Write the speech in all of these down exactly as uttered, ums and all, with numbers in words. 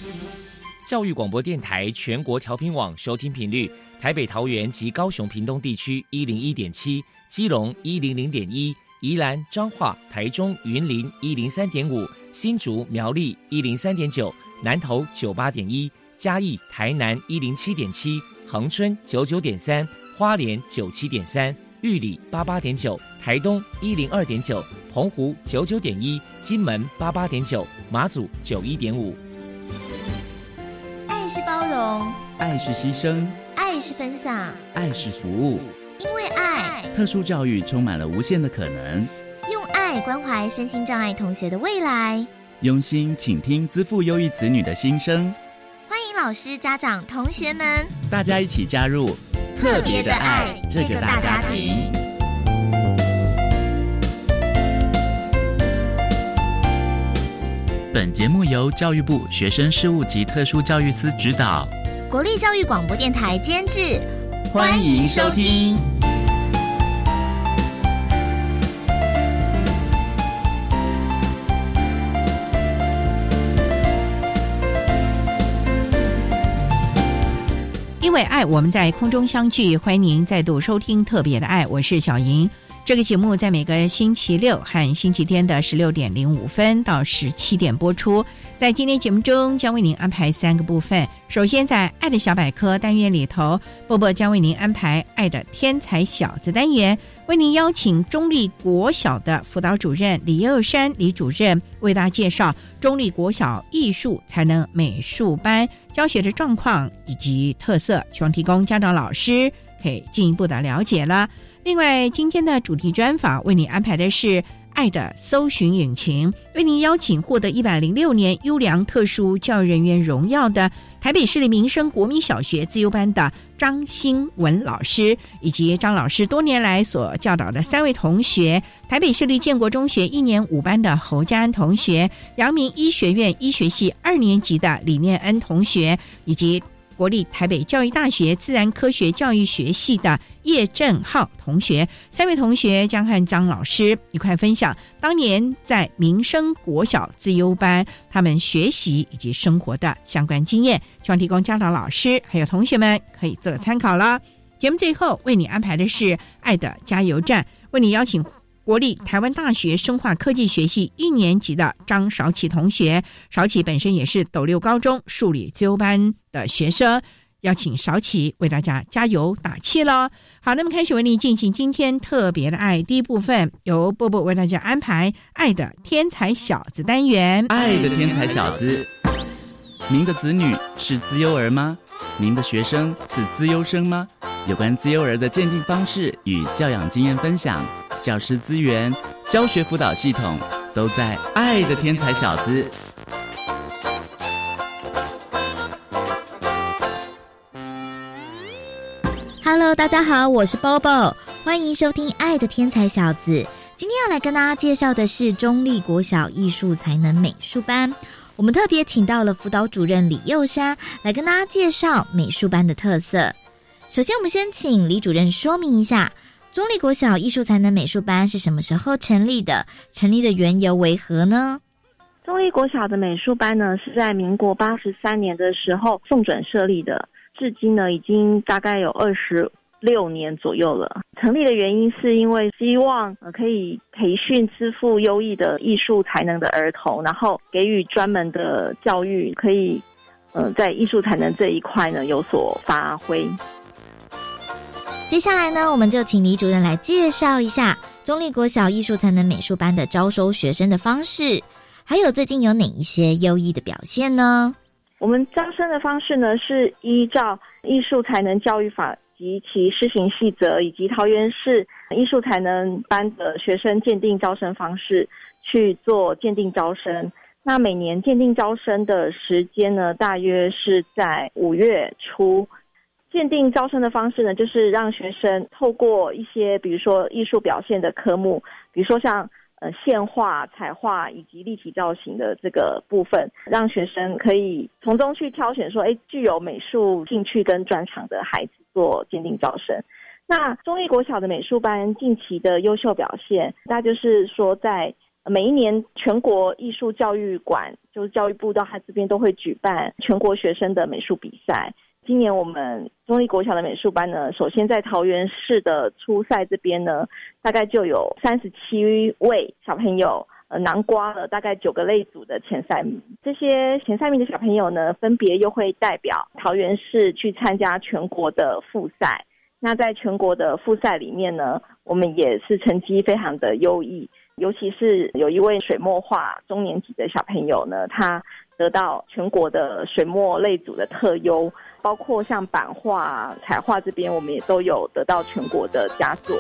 教育广播电台全国调频网收听频率：台北、桃园及高雄屏东地区一零一点七，基隆一零零点一，宜兰、彰化、台中、云林一零三点五，新竹、苗栗一零三点九，南投九八点一，嘉义、台南一零七点七，恒春九九点三，花莲九七点三，玉里八八点九，台东一零二点九，澎湖九九点一，金门八八点九，马祖九一点五。 爱是包容， 爱是牺牲， 爱是分享， 爱是服务。 因为爱， 特殊教育充满了无限的可能。 用爱关怀身心障碍同学的未来， 用心倾听资赋优异子女的心声。 欢迎老师、家长、同学们， 大家一起加入特别的爱这个大家庭。 本节目由教育部学生事务及特殊教育司指导， 国立教育广播电台监制， 欢迎收听。 因为爱，我们在空中相聚，欢迎您再度收听特别的爱，我是小莹。这个节目在每个星期六和星期天的十六点零五分到十七点播出。在今天节目中将为您安排三个部分。首先在爱的小百科单元里头，波波将为您安排爱的天才小子单元，为您邀请中立国小的辅导主任李佑山李主任为大家介绍中立国小艺术才能美术班教学的状况以及特色，希望提供家长老师可以进一步的了解了。另外，今天的主题专访为你安排的是爱的搜寻引擎，为您邀请获得一百零六年优良特殊教育人员荣耀的台北市立民生国民小学自优班的张新文老师，以及张老师多年来所教导的三位同学，台北市立建国中学一年五班的侯家安同学，阳明医学院医学系二年级的李念恩同学，以及国立台北教育大学自然科学教育学系的叶正浩同学，三位同学将和张老师一块分享当年在民生国小自优班他们学习以及生活的相关经验，希望提供家长老师还有同学们可以做个参考了。节目最后为你安排的是爱的加油站，为你邀请国立台湾大学生化科技学系一年级的张韶琪同学，韶琪本身也是斗六高中数理自优班的学生，邀请韶琪为大家加油打气咯。好，那么开始为你进行今天特别的爱，第一部分由波波为大家安排爱的天才小子单元。 爱的天才小子，您的子女是资优儿吗？您的学生是资优生吗？有关资优儿的鉴定方式与教养经验分享，教师资源、教学辅导系统都在爱的天才小子。 Hello， 大家好，我是 Bobo， 欢迎收听爱的天才小子。今天要来跟大家介绍的是中立国小艺术才能美术班，我们特别请到了辅导主任李佑山来跟大家介绍美术班的特色。首先我们先请李主任说明一下中立国小艺术才能美术班是什么时候成立的，成立的缘由为何呢？ 中立国小的美术班呢，是在民国八十三年的时候送转设立的，至今呢已经大概有二十六年左右了。成立的原因是因为希望呃可以培训资赋优异的艺术才能的儿童，然后给予专门的教育，可以呃在艺术才能这一块呢有所发挥。 接下来呢，我们就请李主任来介绍一下中立国小艺术才能美术班的招收学生的方式，还有最近有哪一些优异的表现呢？ 我们招生的方式呢，是依照艺术才能教育法及其施行细则，以及桃园市艺术才能班的学生鉴定招生方式去做鉴定招生。那每年鉴定招生的时间呢，大约是在五月初。鉴定招生的方式呢，就是让学生透过一些比如说艺术表现的科目，比如说像呃线画、彩画以及立体造型的这个部分，让学生可以从中去挑选说，哎，具有美术兴趣跟专长的孩子做鉴定招生。那中立国小的美术班近期的优秀表现，那就是说在每一年全国艺术教育馆就是教育部到他这边都会举办全国学生的美术比赛。今年我们中立国小的美术班呢，首先在桃园市的初赛这边呢，大概就有三十七位小朋友呃囊括了大概九个类组的前三名。这些前三名的小朋友呢，分别又会代表桃园市去参加全国的复赛。那在全国的复赛里面呢，我们也是成绩非常的优异，尤其是有一位水墨画中年级的小朋友呢，他得到全国的水墨类组的特优，包括像版画、彩画这边，我们也都有得到全国的佳作。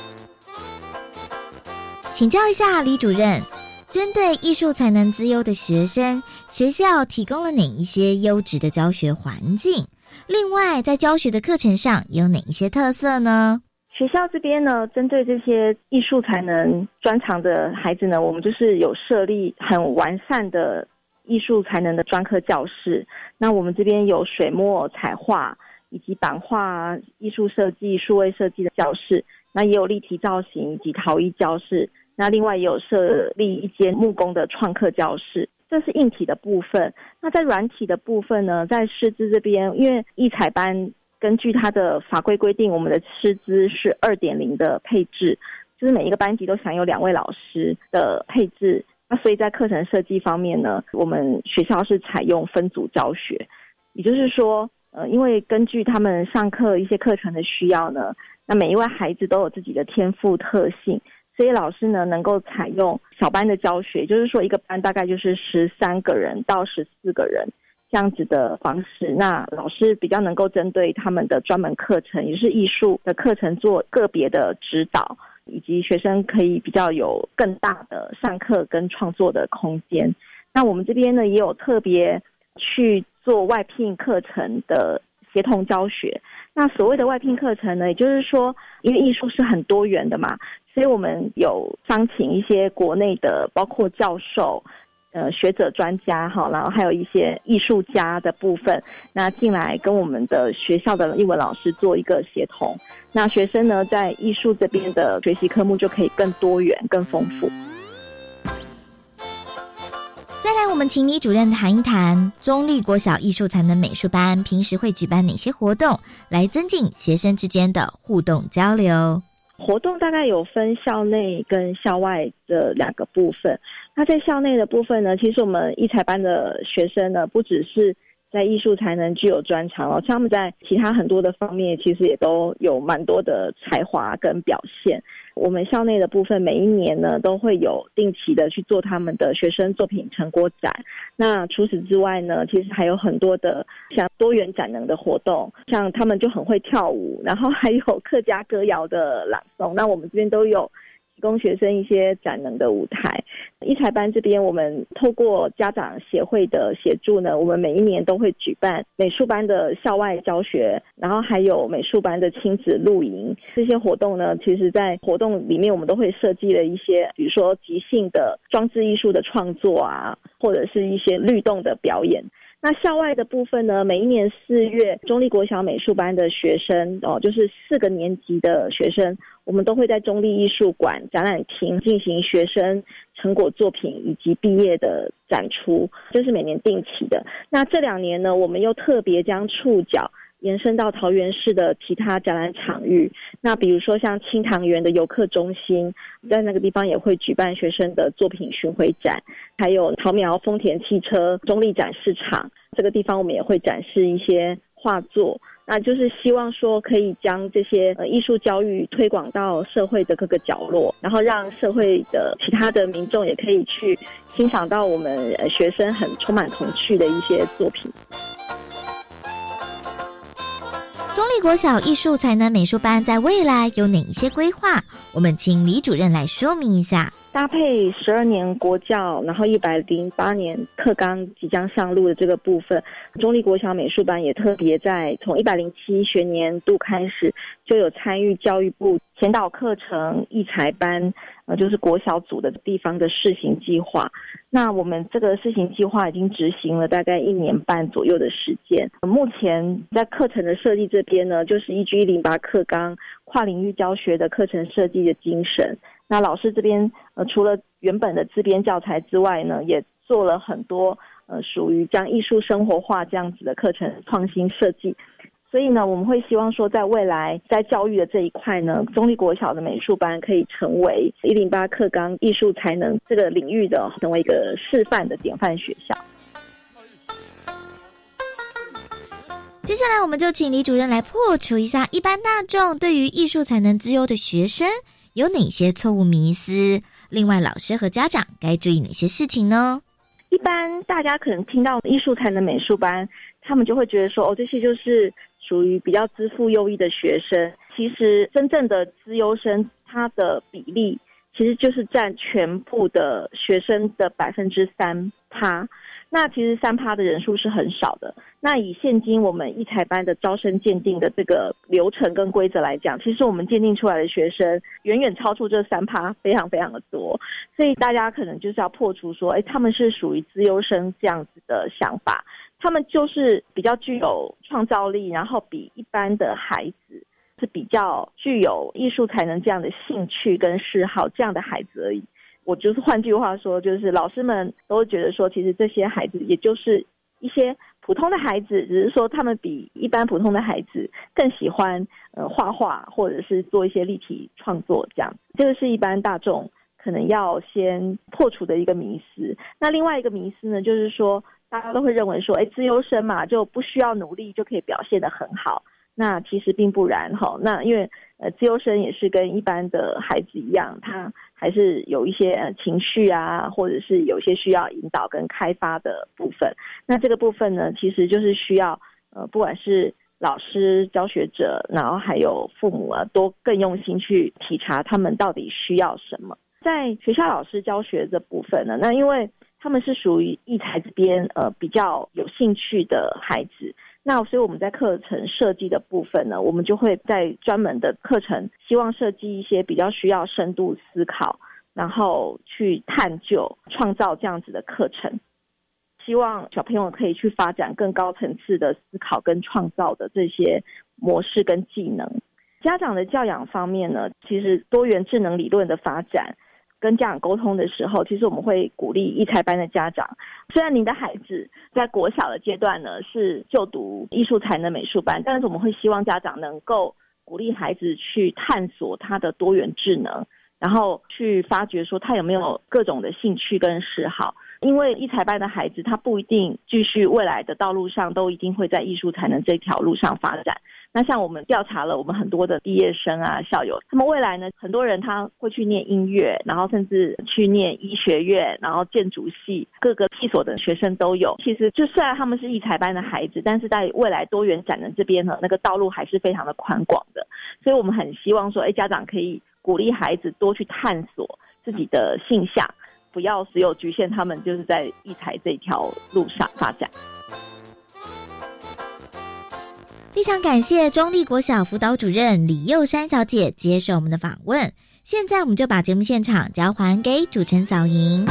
请教一下李主任，针对艺术才能资优的学生，学校提供了哪一些优质的教学环境？另外，在教学的课程上有哪一些特色呢？ 学校这边呢，针对这些艺术才能专长的孩子呢，我们就是有设立很完善的艺术才能的专科教室。那我们这边有水墨、彩画以及版画、艺术设计、数位设计的教室，那也有立体造型以及陶艺教室。那另外也有设立一间木工的创客教室。这是硬体的部分。那在软体的部分呢，在师资这边，因为艺才班根据它的法规规定，我们的师资是 二点零 的配置，就是每一个班级都享有两位老师的配置。那所以在课程设计方面呢，我们学校是采用分组教学，也就是说呃，因为根据他们上课一些课程的需要呢，那每一位孩子都有自己的天赋特性，所以老师呢能够采用小班的教学，就是说一个班大概就是十三个人到十四个人这样子的方式。那老师比较能够针对他们的专门课程，也就是艺术的课程做个别的指导，以及学生可以比较有更大的上课跟创作的空间。那我们这边呢也有特别去做外聘课程的协同教学。那所谓的外聘课程呢，也就是说因为艺术是很多元的嘛，所以我们有商请一些国内的包括教授呃学者专家哈，然后还有一些艺术家的部分，那进来跟我们的学校的英文老师做一个协同。那学生呢在艺术这边的学习科目就可以更多元更丰富。 再来，我们请李主任谈一谈中立国小艺术才能美术班平时会举办哪些活动，来增进学生之间的互动交流。 活动大概有分校内跟校外的两个部分。那在校内的部分呢，其实我们艺才班的学生呢，不只是在艺术才能具有专长哦，像他们在其他很多的方面其实也都有蛮多的才华跟表现。我们校内的部分每一年呢都会有定期的去做他们的学生作品成果展。那除此之外呢，其实还有很多的像多元展能的活动，像他们就很会跳舞，然后还有客家歌谣的朗诵，那我们这边都有提供学生一些展能的舞台。艺才班这边我们透过家长协会的协助呢，我们每一年都会举办美术班的校外教学，然后还有美术班的亲子露营。这些活动呢，其实在活动里面我们都会设计了一些比如说即兴的装置艺术的创作啊，或者是一些律动的表演。那校外的部分呢，每一年四月中立国小美术班的学生哦，就是四个年级的学生，我们都会在中立艺术馆展览厅进行学生成果作品以及毕业的展出，这是每年定期的。那这两年呢，我们又特别将触角延伸到桃园市的其他展览场域，那比如说像青塘园的游客中心，在那个地方也会举办学生的作品巡回展，还有桃苗丰田汽车中立展示场，这个地方我们也会展示一些画作。那就是希望说可以将这些呃艺术教育推广到社会的各个角落，然后让社会的其他的民众也可以去欣赏到我们呃学生很充满童趣的一些作品。 中立国小艺术才能美术班在未来有哪一些规划？我们请李主任来说明一下。 搭配十二年国教，然后一百零八年课纲即将上路的这个部分，中立国小美术班也特别在从一百零七学年度开始就有参与教育部前导课程艺才班呃，就是国小组的地方的试行计划。那我们这个试行计划已经执行了大概一年半左右的时间。目前在课程的设计这边呢，就是依据一零八课纲跨领域教学的课程设计的精神。那老师这边呃，除了原本的自编教材之外呢，也做了很多呃，属于将艺术生活化这样子的课程创新设计。所以呢，我们会希望说，在未来在教育的这一块呢，中立国小的美术班可以成为一零八课纲艺术才能这个领域的，成为一个示范的典范学校。 接下来我们就请李主任来破除一下一般大众对于艺术才能资优的学生有哪些错误迷思，另外老师和家长该注意哪些事情呢？ 一般大家可能听到艺术才能美术班，他们就会觉得说，哦，这些就是属于比较资赋优异的学生。其实真正的资优生，他的比例其实就是占全部的学生的百分之三趴。那其实三趴的人数是很少的。那以现今我们艺才班的招生鉴定的这个流程跟规则来讲，其实我们鉴定出来的学生远远超出这三趴，非常非常的多。所以大家可能就是要破除说，哎，他们是属于资优生这样子的想法。他们就是比较具有创造力，然后比一般的孩子是比较具有艺术才能这样的兴趣跟嗜好这样的孩子而已。我就是换句话说，就是老师们都会觉得说，其实这些孩子也就是一些普通的孩子，只是说他们比一般普通的孩子更喜欢呃画画，或者是做一些立体创作这样子。这个是一般大众可能要先破除的一个迷思。那另外一个迷思呢，就是说大家都会认为说，哎，资优生嘛，就不需要努力就可以表现得很好。那其实并不然哈。那因为呃，资优生也是跟一般的孩子一样，他还是有一些呃情绪啊，或者是有些需要引导跟开发的部分。那这个部分呢，其实就是需要呃，不管是老师、教学者，然后还有父母啊，都更用心去体察他们到底需要什么。在学校老师教学这部分呢，那因为他们是属于艺才这边呃比较有兴趣的孩子。那所以我们在课程设计的部分呢，我们就会在专门的课程希望设计一些比较需要深度思考，然后去探究创造这样子的课程，希望小朋友可以去发展更高层次的思考跟创造的这些模式跟技能。家长的教养方面呢，其实多元智能理论的发展跟家长沟通的时候，其实我们会鼓励艺才班的家长，虽然您的孩子在国小的阶段呢是就读艺术才能美术班，但是我们会希望家长能够鼓励孩子去探索他的多元智能，然后去发掘说他有没有各种的兴趣跟嗜好。因为艺才班的孩子他不一定继续未来的道路上都一定会在艺术才能这条路上发展。那像我们调查了我们很多的毕业生啊校友，他们未来呢，很多人他会去念音乐，然后甚至去念医学院，然后建筑系，各个系所的学生都有。其实就虽然他们是艺才班的孩子，但是在未来多元展能这边呢，那个道路还是非常的宽广的。所以我们很希望说，哎，家长可以鼓励孩子多去探索自己的性向，不要只有局限他们就是在艺才这条路上发展。 非常感谢中立国小辅导主任李幼珊小姐接受我们的访问。现在我们就把节目现场交还给主持人小莹。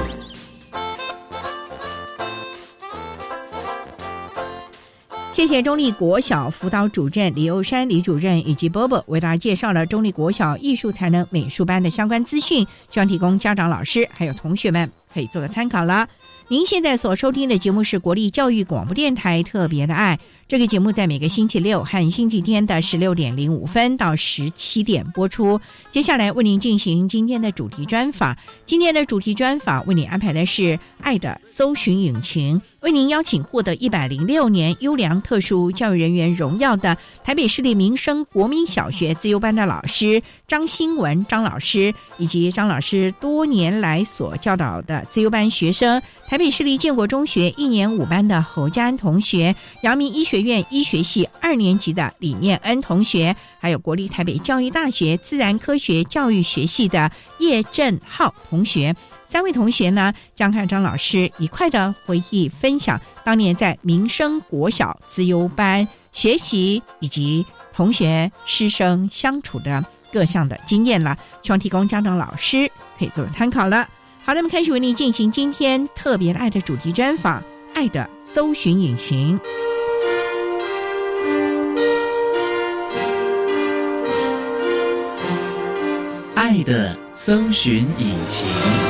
谢谢中立国小辅导主任李幼珊李主任以及波波为大家介绍了中立国小艺术才能美术班的相关资讯，希望提供家长、老师还有同学们可以做个参考了。您现在所收听的节目是国立教育广播电台特别的爱，这个节目在每个星期六和星期天的十六点零五分到十七点播出。接下来为您进行今天的主题专访，今天的主题专访为您安排的是爱的搜寻引擎，为您邀请获得一百零六年优良特殊教育人员荣耀的台北市立民生国民小学资优班的老师张新文张老师，以及张老师多年来所教导的资优班学生，台北市立建国中学一年五班的侯家安同学，阳明医学院医学系二年级的李念恩同学，还有国立台北教育大学自然科学教育学系的叶振浩同学。三位同学呢，将和张老师一块的回忆分享当年在民生国小资优班学习以及同学师生相处的各项的经验了，希望提供家长老师可以做参考了。好，那么开始为您进行今天特别的爱的主题专访，爱的搜寻引擎。 爱的搜寻引擎。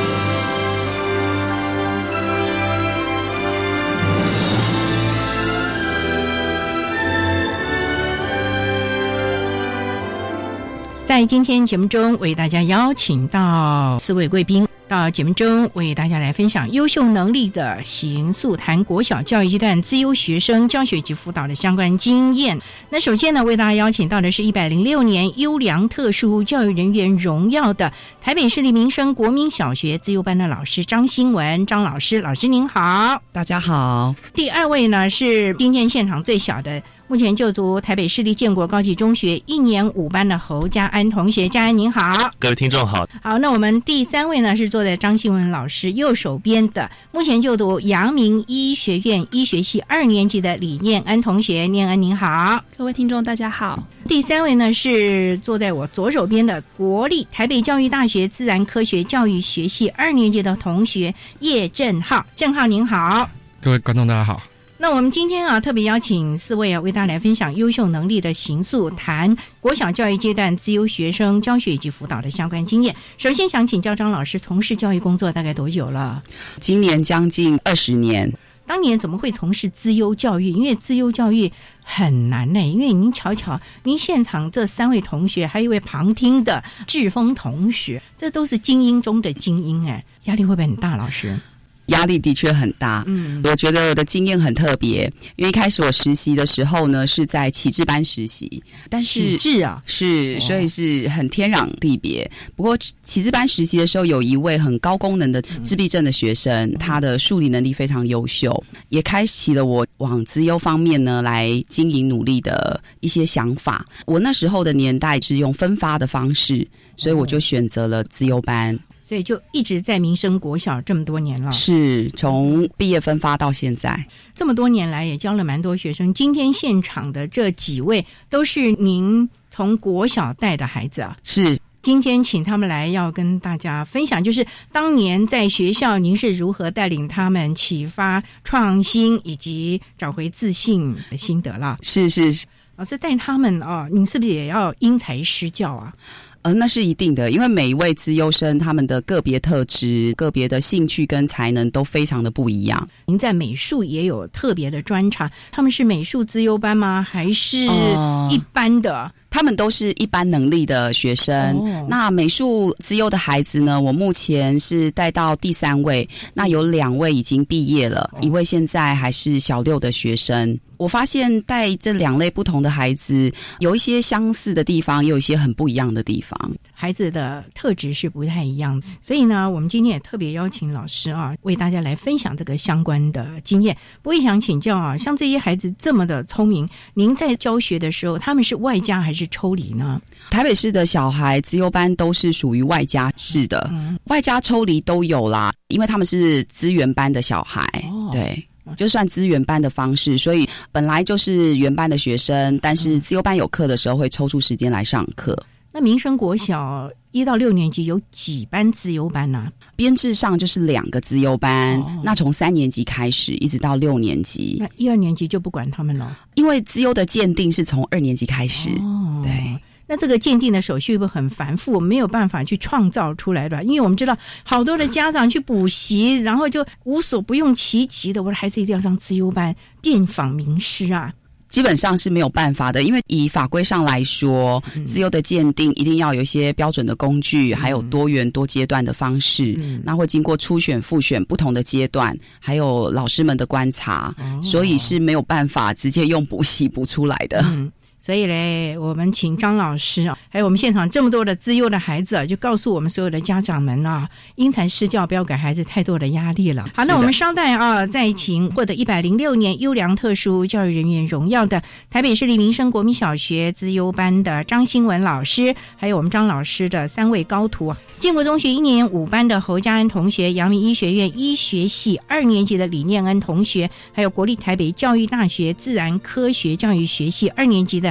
在今天节目中，为大家邀请到四位贵宾到节目中为大家来分享优秀能力的形塑谈国小教育阶段资优学生教学及辅导的相关经验。那首先呢，为大家邀请到的是一百零六年优良特殊教育人员荣耀的台北市立民生国民小学资优班的老师张新文张老师，老师您好。 大家好。 第二位呢是今天现场最小的，目前就读台北市立建国高级中学一年五班的侯家安同学，家安您好。 各位听众好。 好，那我们第三位呢是坐在张新文老师右手边的，目前就读阳明医学院医学系二年级的李念恩同学，念恩您好。 各位听众大家好。 第三位呢是坐在我左手边的国立台北教育大学自然科学教育学系二年级的同学叶正浩，正浩您好。 各位观众大家好。 那我们今天啊，特别邀请四位啊，为大家来分享优秀能力的形塑，谈国小教育阶段资优学生教学以及辅导的相关经验。首先想请教张老师，从事教育工作大概多久了？ 今年将近二十年。 当年怎么会从事资优教育？因为资优教育很难呢、欸。因为您瞧瞧，您现场这三位同学，还有一位旁听的志峰同学，这都是精英中的精英哎、欸，压力会不会很大？老师？ 压力的确很大，嗯，我觉得我的经验很特别，因为一开始我实习的时候呢是在启智班实习，但是启智啊是，所以是很天壤地别。不过启智班实习的时候，有一位很高功能的自闭症的学生，嗯、他的数理能力非常优秀，也开启了我往资优方面呢来经营努力的一些想法。我那时候的年代是用分发的方式，所以我就选择了资优班。 所以就一直在民生国小这么多年了， 是从毕业分发到现在， 这么多年来也教了蛮多学生。今天现场的这几位都是您从国小带的孩子啊？ 是。 今天请他们来要跟大家分享，就是当年在学校您是如何带领他们启发创新以及找回自信的心得了。 是是是。 老师带他们哦，您是不是也要因材施教啊？ 呃，那是一定的，因为每一位资优生他们的个别特质、个别的兴趣跟才能都非常的不一样。 您在美术也有特别的专长，他们是美术资优班吗？还是一般的？呃他们都是一般能力的学生。哦、那美术资优的孩子呢，我目前是带到第三位，那有两位已经毕业了，哦、一位现在还是小六的学生。我发现带这两类不同的孩子，有一些相似的地方，也有一些很不一样的地方。 孩子的特质是不太一样的，所以呢，我们今天也特别邀请老师啊，为大家来分享这个相关的经验。我也想请教啊，像这些孩子这么的聪明，您在教学的时候，他们是外加还是抽离呢？ 台北市的小孩资优班都是属于外加式的，嗯、外加抽离都有啦，因为他们是资源班的小孩，哦、对。就算资源班的方式，所以本来就是原班的学生，但是资优班有课的时候会抽出时间来上课。 那民生国小一到六年级有几班资优班呢、啊？ 编制上就是两个资优班，哦、那从三年级开始一直到六年级。 那一二年级就不管他们了， 因为资优的鉴定是从二年级开始。哦、对。 那这个鉴定的手续会很繁复，没有办法去创造出来的，因为我们知道好多的家长去补习，然后就无所不用其极的，我的孩子一定要上资优班，遍访名师啊。 基本上是没有办法的，因为以法规上来说，资优的鉴定一定要有一些标准的工具，嗯、还有多元多阶段的方式，嗯、那会经过初选、复选不同的阶段，还有老师们的观察，哦、所以是没有办法直接用补习补出来的。 嗯所以嘞，我们请张老师啊，还有我们现场这么多的资优的孩子啊，就告诉我们所有的家长们啊，因材施教，不要给孩子太多的压力了。好，那我们稍待啊，再请获得一百零六年优良特殊教育人员荣耀的台北市立民生国民小学资优班的张新文老师，还有我们张老师的三位高徒啊，建国中学一年五班的侯家安同学，阳明医学院医学系二年级的李念恩同学，还有国立台北教育大学自然科学教育学系二年级的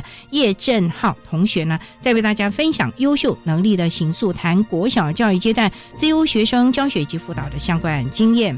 的叶正浩同学呢，再为大家分享优秀能力的形塑，谈国小教育阶段资优学生教学及辅导的相关经验。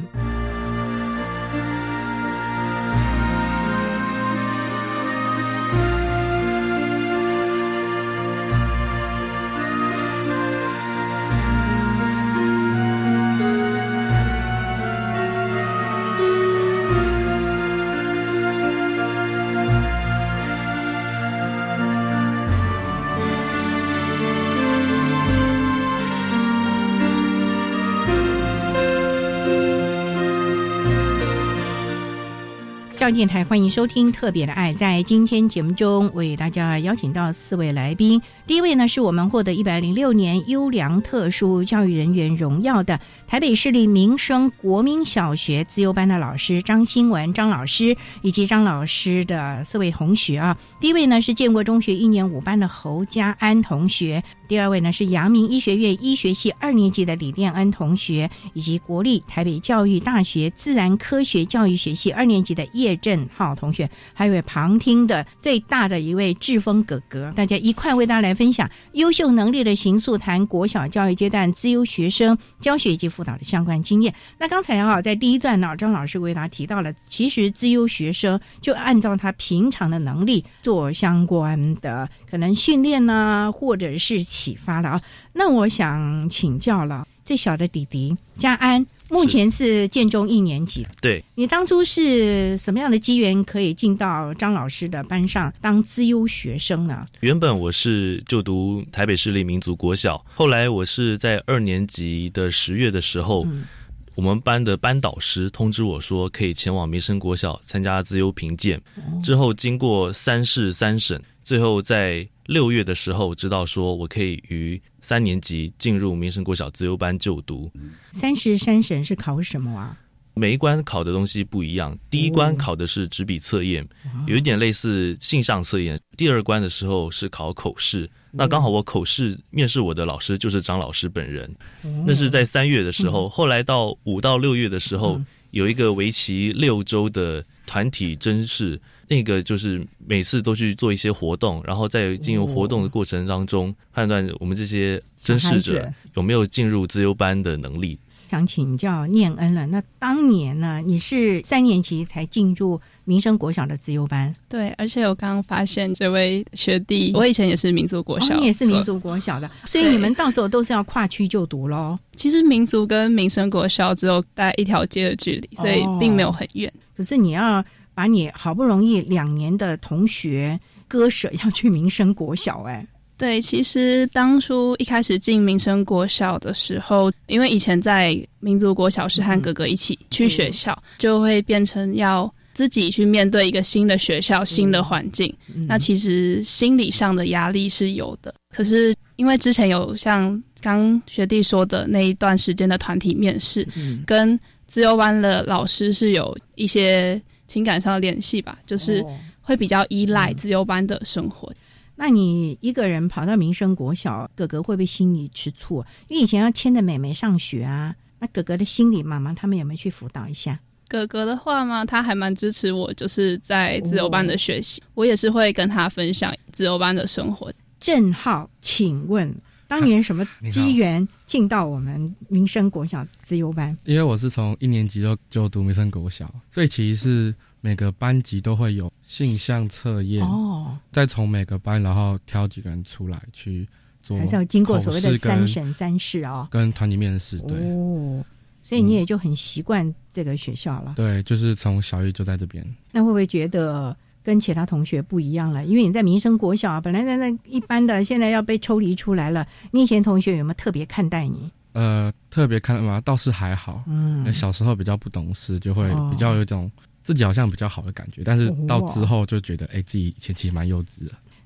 教育电台欢迎收听特别的爱，在今天节目中为大家邀请到四位来宾。第一位呢，是我们获得一百零六年优良特殊教育人员荣耀的台北市立民生国民小学资优班的老师张新文张老师，以及张老师的四位同学啊。第一位呢是建国中学一年五班的侯家安同学，第二位呢是阳明医学院医学系二年级的李殿恩同学，以及国立台北教育大学自然科学教育学系二年级的叶正浩同学，还有位旁听的最大的一位志峰哥哥，大家一块为大家来分享优秀能力的形塑，谈国小教育阶段资优学生教学以及辅导的相关经验。那刚才啊，在第一段呢，张老师为大家提到了，其实资优学生就按照他平常的能力做相关的可能训练啊，或者是启发了啊。那我想请教了，最小的弟弟家安目前是建中一年级， 对， 你当初是什么样的机缘可以进到张老师的班上当资优学生呢？ 原本我是就读台北市立民族国小，后来我是在二年级的十月的时候、嗯、我们班的班导师通知我说可以前往民生国小参加资优评鉴、哦、之后经过三试三审，最后在六月的时候知道说我可以于三年级进入民生国小资优班就读。 三试三审是考什么啊？ 每一关考的东西不一样，第一关考的是纸笔测验、哦、有一点类似性向测验，第二关的时候是考口试、嗯、那刚好我口试面试我的老师就是张老师本人、哦、那是在三月的时候、嗯、后来到五到六月的时候、嗯、有一个为期六周的团体甄试，那个就是每次都去做一些活动，然后在进入活动的过程当中、哦、判断我们这些甄试者有没有进入资优班的能力。 想请教念恩了，那当年呢，你是三年级才进入民生国小的资优班？ 对，而且我刚刚发现这位学弟，我以前也是民族国小、哦、 你也是民族国小的，所以你们到时候都是要跨区就读咯。 其实民族跟民生国小只有大概一条街的距离，所以并没有很远、哦、 可是你要把你好不容易两年的同学割舍要去民生国小。哎， 对，其实当初一开始进民生国小的时候，因为以前在民族国小是和哥哥一起去学校、嗯、就会变成要自己去面对一个新的学校、嗯、新的环境、嗯、那其实心理上的压力是有的。可是因为之前有像刚学弟说的那一段时间的团体面试、嗯、跟资优班的老师是有一些情感上的联系吧，就是会比较依赖资优班的生活、嗯。 那你一个人跑到民生国小，哥哥会不会心里吃醋？因为以前要牵着妹妹上学啊，那哥哥的心理妈妈他们有没有去辅导一下？ 哥哥的话嘛，他还蛮支持我，就是在资优班的学习、哦、我也是会跟他分享资优班的生活。 正浩，请问当年什么机缘进到我们民生国小资优班？ 因为我是从一年级就就读民生国小，所以其实是每个班级都会有性向测验哦，再从每个班然后挑几个人出来去做，还是要经过所谓的三审三试哦，跟团体面试。对哦，所以你也就很习惯这个学校了、嗯、对，就是从小一就在这边。那会不会觉得跟其他同学不一样了？因为你在民生国小本来在那一般的，现在要被抽离出来了，你以前同学有没有特别看待你？呃，特别看吗？倒是还好，嗯，小时候比较不懂事，就会比较有一种自己好像比较好的感觉，但是到之后就觉得哎、欸，自己以前其实蛮幼稚的。对，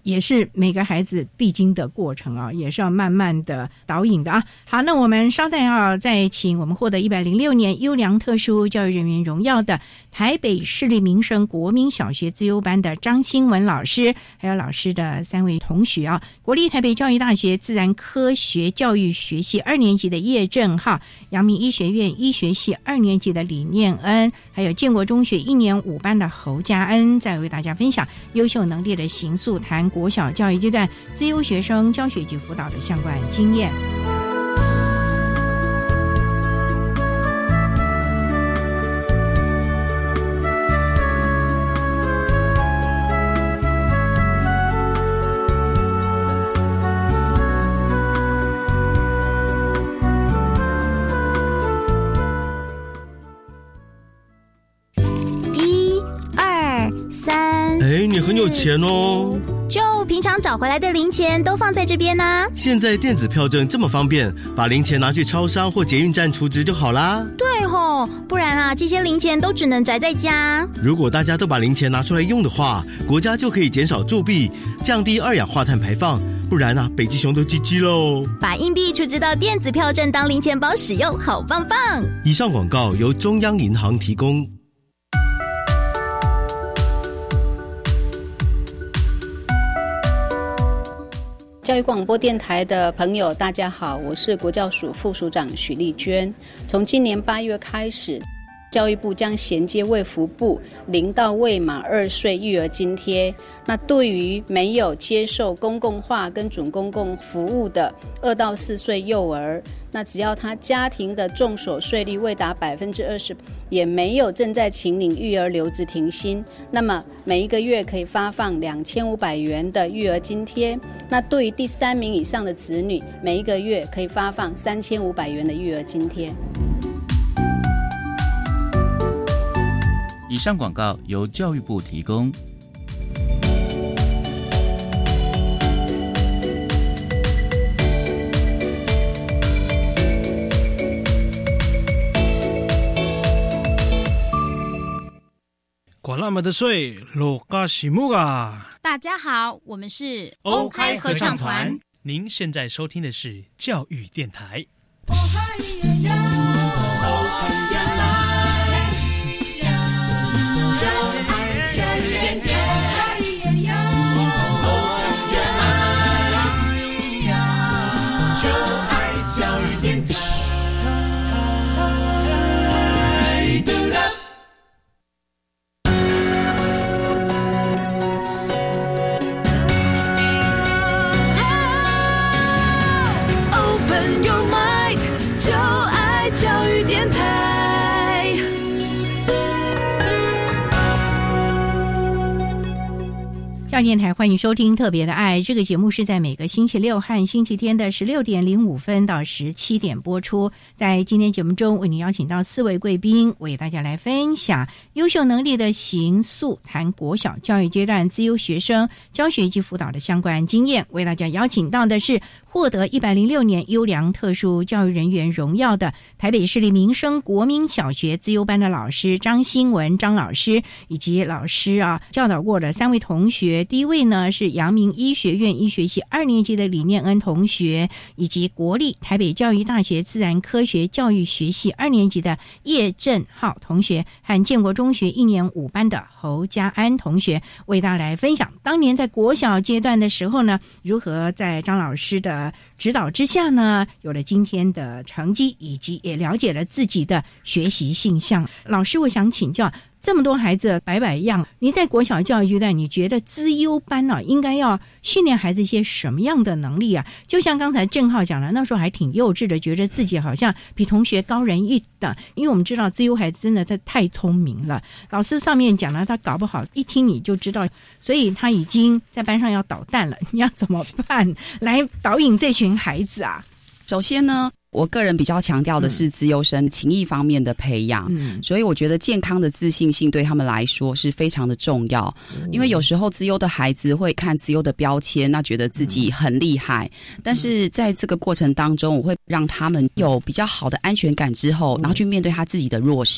也是每个孩子必经的过程啊，也是要慢慢的导引的啊。好，那我们稍待啊，再请我们获得一百零六年优良特殊教育人员荣耀的台北市立民生国民小学资优班的张新文老师，还有老师的三位同学啊，国立台北教育大学自然科学教育学系二年级的叶正浩，阳明医学院医学系二年级的李念恩，还有建国中学一年五班的侯家恩，再为大家分享优秀能力的形塑，谈国小教育阶段资优学生教学及辅导的相关经验。 哎，你很有钱哦！ 就平常找回来的零钱都放在这边啊。 现在电子票证这么方便，把零钱拿去超商或捷运站储值就好啦。 对吼，不然啊，这些零钱都只能宅在家。 如果大家都把零钱拿出来用的话，国家就可以减少铸币，降低二氧化碳排放。不然啊，北极熊都 G G 喽。 把硬币储值到电子票证当零钱包使用，好棒棒！ 以上广告由中央银行提供。 教育广播电台的朋友大家好，我是国教署副署长许丽娟。从今年八月开始，教育部将衔接卫福部零到未满二岁育儿津贴，那对于没有接受公共化跟准公共服务的二到四岁幼儿，那只要他家庭的综所税率未达百分之二十，也没有正在请领育儿留职停薪，那么每一个月可以发放两千五百元的育儿津贴。那对于第三名以上的子女，每一个月可以发放三千五百元的育儿津贴。 以上广告由教育部提供。 管那么的水，罗嘎西木啊！ 大家好，我们是欧开合唱团。您现在收听的是教育电台。 教育电台欢迎收听特别的爱，这个节目是在每个星期六和星期天的十六点零五分到十七点播出。在今天节目中，为您邀请到四位贵宾，为大家来分享优秀能力的形塑，谈国小教育阶段资优学生教学及辅导的相关经验。为大家邀请到的是获得一百零六年优良特殊教育人员荣耀的台北市立民生国民小学资优班的老师张新文张老师，以及老师啊教导过的三位同学。第一位呢是阳明医学院医学系二年级的李念恩同学，以及国立台北教育大学自然科学教育学系二年级的叶正浩同学，和建国中学一年五班的侯家安同学，为大家来分享当年在国小阶段的时候呢，如何在张老师的指导之下呢，有了今天的成绩，以及也了解了自己的学习性向。老师，我想请教，这么多孩子百百样，你在国小教育阶段，你觉得资优班啊，应该要训练孩子一些什么样的能力啊？就像刚才郑浩讲了，那时候还挺幼稚的，觉得自己好像比同学高人一等，因为我们知道资优孩子真的他太聪明了，老师上面讲了，他搞不好一听你就知道，所以他已经在班上要捣蛋了，你要怎么办来导引这群孩子啊？ 首先呢，我个人比较强调的是资优生情谊方面的培养，嗯，所以我觉得健康的自信心对他们来说是非常的重要，嗯，因为有时候资优的孩子会看资优的标签，那觉得自己很厉害，嗯，但是在这个过程当中，我会让他们有比较好的安全感之后，然后去面对他自己的弱势。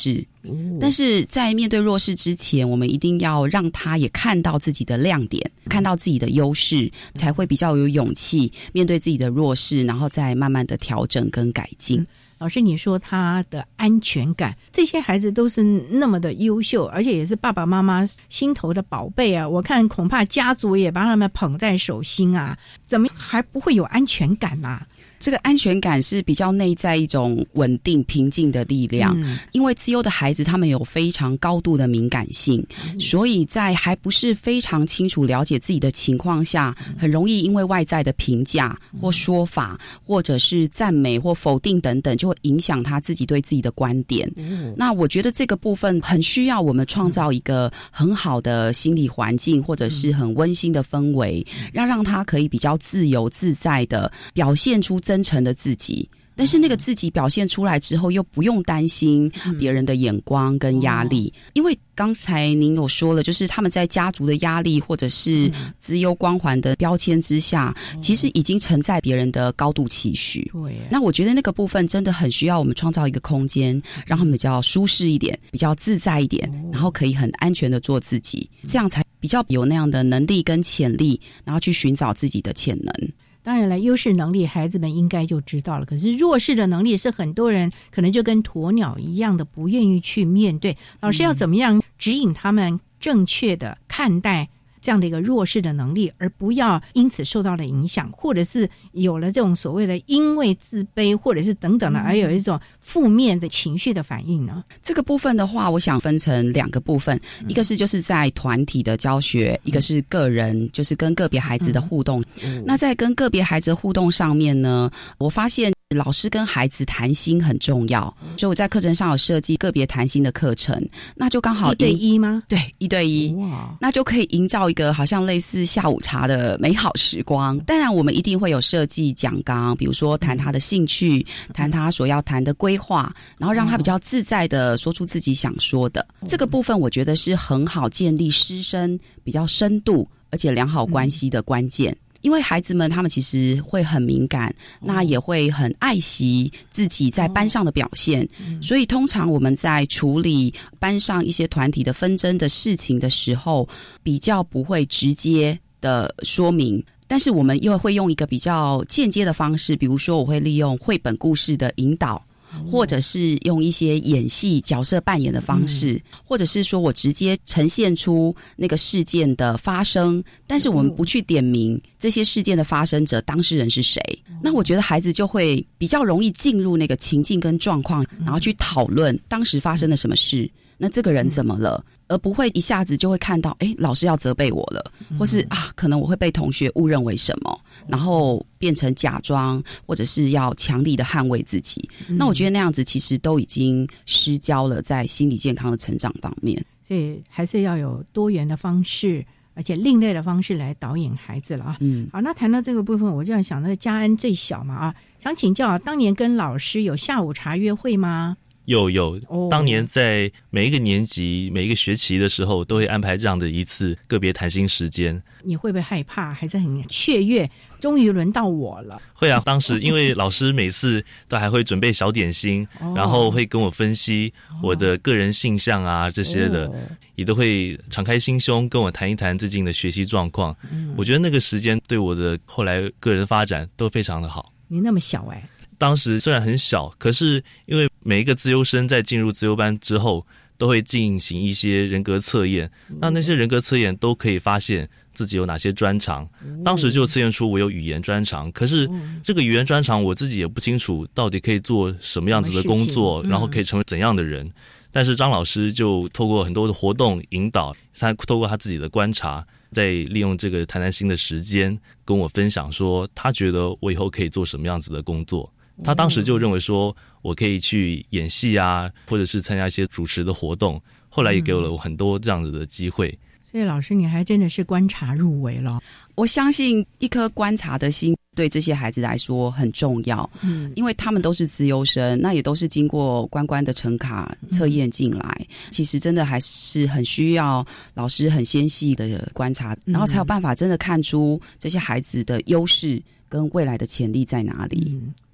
但是在面对弱势之前，我们一定要让他也看到自己的亮点，看到自己的优势，才会比较有勇气面对自己的弱势，然后再慢慢的调整跟改进。 老师，你说他的安全感，这些孩子都是那么的优秀，而且也是爸爸妈妈心头的宝贝啊！我看恐怕家族也把他们捧在手心啊，怎么还不会有安全感啊？ 这个安全感是比较内在一种稳定平静的力量、嗯、因为资优的孩子他们有非常高度的敏感性、嗯、所以在还不是非常清楚了解自己的情况下，很容易因为外在的评价或说法、嗯、或者是赞美或否定等等，就会影响他自己对自己的观点、嗯、那我觉得这个部分很需要我们创造一个很好的心理环境，或者是很温馨的氛围，让让他可以比较自由自在的表现出真诚的自己，但是那个自己表现出来之后，又不用担心别人的眼光跟压力、嗯、因为刚才您有说了，就是他们在家族的压力或者是资优光环的标签之下、嗯、其实已经承载别人的高度期许。对，那我觉得那个部分真的很需要我们创造一个空间，让他们比较舒适一点，比较自在一点、哦、然后可以很安全的做自己，这样才比较有那样的能力跟潜力，然后去寻找自己的潜能。 当然了，优势能力孩子们应该就知道了，可是弱势的能力是很多人可能就跟鸵鸟一样的不愿意去面对。老师要怎么样指引他们正确的看待这样的一个弱势的能力，而不要因此受到了影响，或者是有了这种所谓的因为自卑或者是等等的而有一种负面的情绪的反应呢？ 这个部分的话，我想分成两个部分、嗯、一个是就是在团体的教学、嗯、一个是个人就是跟个别孩子的互动、嗯、那在跟个别孩子的互动上面呢，我发现老师跟孩子谈心很重要，所以我在课程上有设计个别谈心的课程，那就刚好一对一吗？ 对，一对一。哇，那就可以营造一个好像类似下午茶的美好时光。当然我们一定会有设计讲纲，比如说谈他的兴趣、嗯、谈他所要谈的规划，然后让他比较自在的说出自己想说的、嗯、这个部分我觉得是很好建立师生比较深度而且良好关系的关键、嗯，因为孩子们他们其实会很敏感、哦、那也会很爱惜自己在班上的表现、哦嗯、所以通常我们在处理班上一些团体的纷争的事情的时候，比较不会直接的说明，但是我们又会用一个比较间接的方式，比如说我会利用绘本故事的引导，或者是用一些演戏角色扮演的方式、嗯、或者是说我直接呈现出那个事件的发生，但是我们不去点名这些事件的发生者当事人是谁、嗯、那我觉得孩子就会比较容易进入那个情境跟状况、嗯、然后去讨论当时发生了什么事，那这个人怎么了、嗯，而不会一下子就会看到诶老师要责备我了，或是啊可能我会被同学误认为什么，然后变成假装或者是要强力的捍卫自己、嗯、那我觉得那样子其实都已经失焦了在心理健康的成长方面， 所以还是要有多元的方式而且另类的方式来导引孩子了啊。嗯，好，那谈到这个部分，我就要想到嘉恩最小嘛啊，想请教啊，当年跟老师有下午茶约会吗？ 有有，当年在每一个年级、每一个学期的时候，都会安排这样的一次个别谈心时间。 你会不会害怕，还是很雀跃？终于轮到我了。 会啊，当时因为老师每次都还会准备小点心，哦、然后会跟我分析我的个人性向啊、哦、这些的，也都会敞开心胸跟我谈一谈最近的学习状况。嗯、我觉得那个时间对我的后来个人发展都非常的好。 你那么小哎、欸。 当时虽然很小，可是因为每一个资优生在进入资优班之后都会进行一些人格测验，那那些人格测验都可以发现自己有哪些专长，当时就测验出我有语言专长，可是这个语言专长我自己也不清楚到底可以做什么样子的工作，然后可以成为怎样的人，但是张老师就透过很多的活动引导，他透过他自己的观察，在利用这个谈谈心的时间跟我分享说他觉得我以后可以做什么样子的工作。他当时就认为说我可以去演戏啊，或者是参加一些主持的活动，后来也给了我很多这样子的机会。 所以老师你还真的是观察入微了。 我相信一颗观察的心对这些孩子来说很重要，嗯，因为他们都是资优生，那也都是经过关关的成卡测验进来、嗯、其实真的还是很需要老师很纤细的观察、嗯、然后才有办法真的看出这些孩子的优势跟未来的潜力在哪里、 嗯、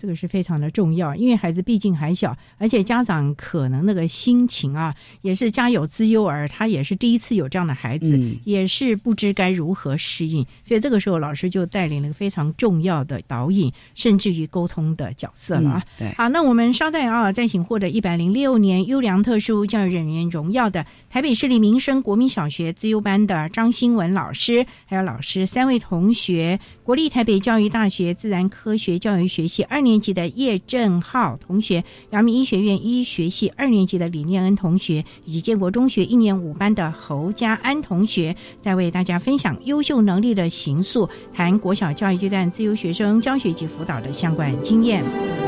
这个是非常的重要，因为孩子毕竟还小，而且家长可能那个心情啊，也是家有资优儿，他也是第一次有这样的孩子，嗯、也是不知该如何适应，所以这个时候老师就带领了一个非常重要的导引，甚至于沟通的角色了啊。 嗯、对， 好，那我们稍待啊，再请获得一百零六年优良特殊教育人员荣耀的台北市立民生国民小学资优班的张新文老师，还有老师三位同学，国立台北教育大学自然科学教育学系二年级的叶正浩同学，阳明医学院医学系二年级的李念恩同学，以及建国中学一年五班的侯家安同学，在为大家分享优秀能力的形塑，谈国小教育阶段自由学生教学及辅导的相关经验。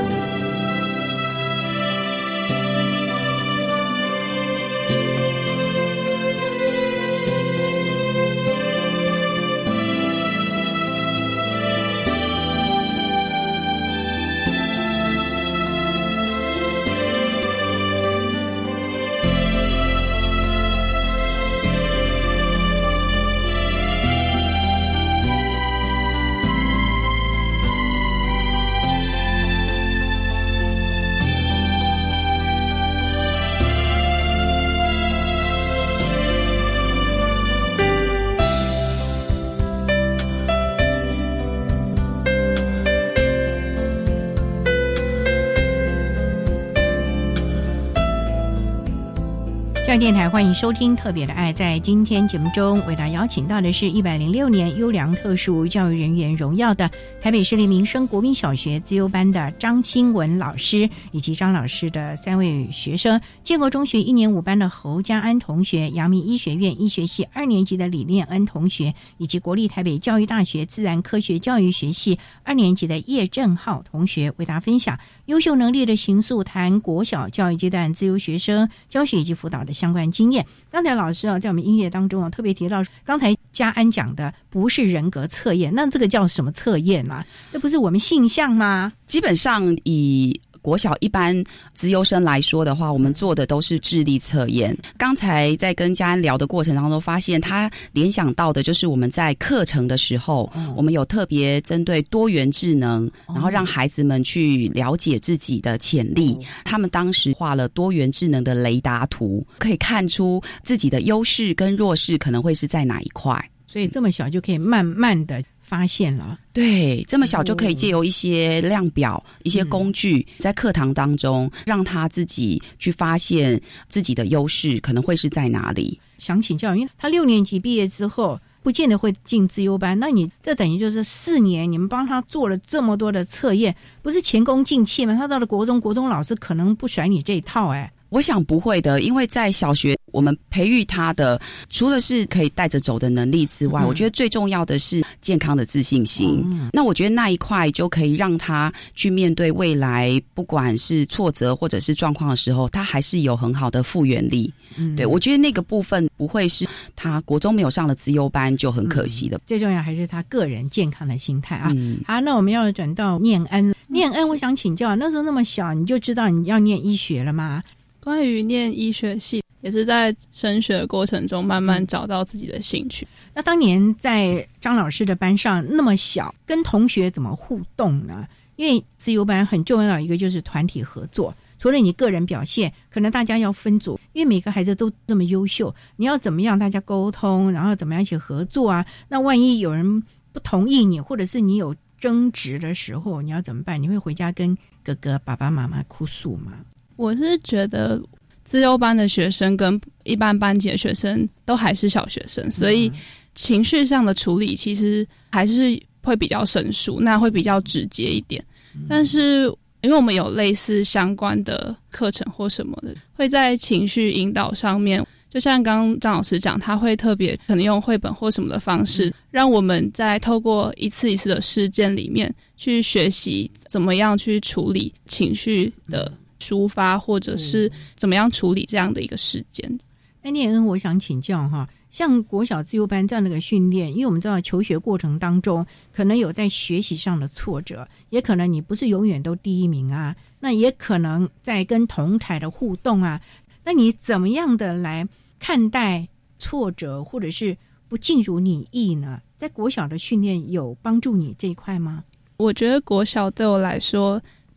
电台欢迎收听特别的爱，在今天节目中为大家邀请到的是一百零六年优良特殊教育人员荣耀的台北市立民生国民小学资优班的张新文老师，以及张老师的三位学生，建国中学一年五班的侯家安同学，阳明医学院医学系二年级的李念恩同学，以及国立台北教育大学自然科学教育学系二年级的叶正浩同学，为大家分享优秀能力的形塑，谈国小教育阶段自由学生教学以及辅导的相关经验。刚才老师啊，在我们音乐当中啊，特别提到刚才家安讲的不是人格测验，那这个叫什么测验啊？这不是我们性向吗？ 基本上以国小一般资优生来说的话，我们做的都是智力测验。刚才在跟家安聊的过程当中，发现他联想到的就是我们在课程的时候，嗯、我们有特别针对多元智能，然后让孩子们去了解自己的潜力。嗯、他们当时画了多元智能的雷达图，可以看出自己的优势跟弱势可能会是在哪一块。 所以这么小就可以慢慢的发现了。 对，这么小就可以借由一些量表、嗯、一些工具，在课堂当中让他自己去发现自己的优势可能会是在哪里。 想请教，因为他六年级毕业之后不见得会进资优班，那你这等于就是四年你们帮他做了这么多的测验，不是前功尽弃吗？他到了国中，国中老师可能不甩你这一套。哎， 我想不会的，因为在小学我们培育他的除了是可以带着走的能力之外、嗯、我觉得最重要的是健康的自信心、嗯、那我觉得那一块就可以让他去面对未来不管是挫折或者是状况的时候，他还是有很好的复原力、嗯、对，我觉得那个部分不会是他国中没有上了资优班就很可惜的、嗯、 最重要还是他个人健康的心态啊、嗯、好，那我们要转到念恩。念恩，我想请教，那时候那么小你就知道你要念医学了吗？ 关于念医学系也是在升学的过程中慢慢找到自己的兴趣、嗯、 那当年在张老师的班上那么小，跟同学怎么互动呢？因为自由班很重要的一个就是团体合作，除了你个人表现，可能大家要分组，因为每个孩子都这么优秀，你要怎么样大家沟通，然后怎么样一起合作啊？那万一有人不同意你，或者是你有争执的时候，你要怎么办？你会回家跟哥哥爸爸妈妈哭诉吗？ 我是觉得资优班的学生跟一般班级的学生都还是小学生，所以情绪上的处理其实还是会比较生疏，那会比较直接一点。但是因为我们有类似相关的课程或什么的，会在情绪引导上面，就像刚刚张老师讲，他会特别可能用绘本或什么的方式，让我们在透过一次一次的事件里面去学习怎么样去处理情绪的抒发，或者是怎么样处理这样的一个事件。 那念恩，我想请教哈，像国小自由班这样的一个训练，因为我们知道求学过程当中可能有在学习上的挫折，也可能你不是永远都第一名啊，那也可能在跟同侪的互动啊，那你怎么样的来看待挫折或者是不尽如你意呢？在国小的训练有帮助你这一块吗？ 我觉得国小对我来说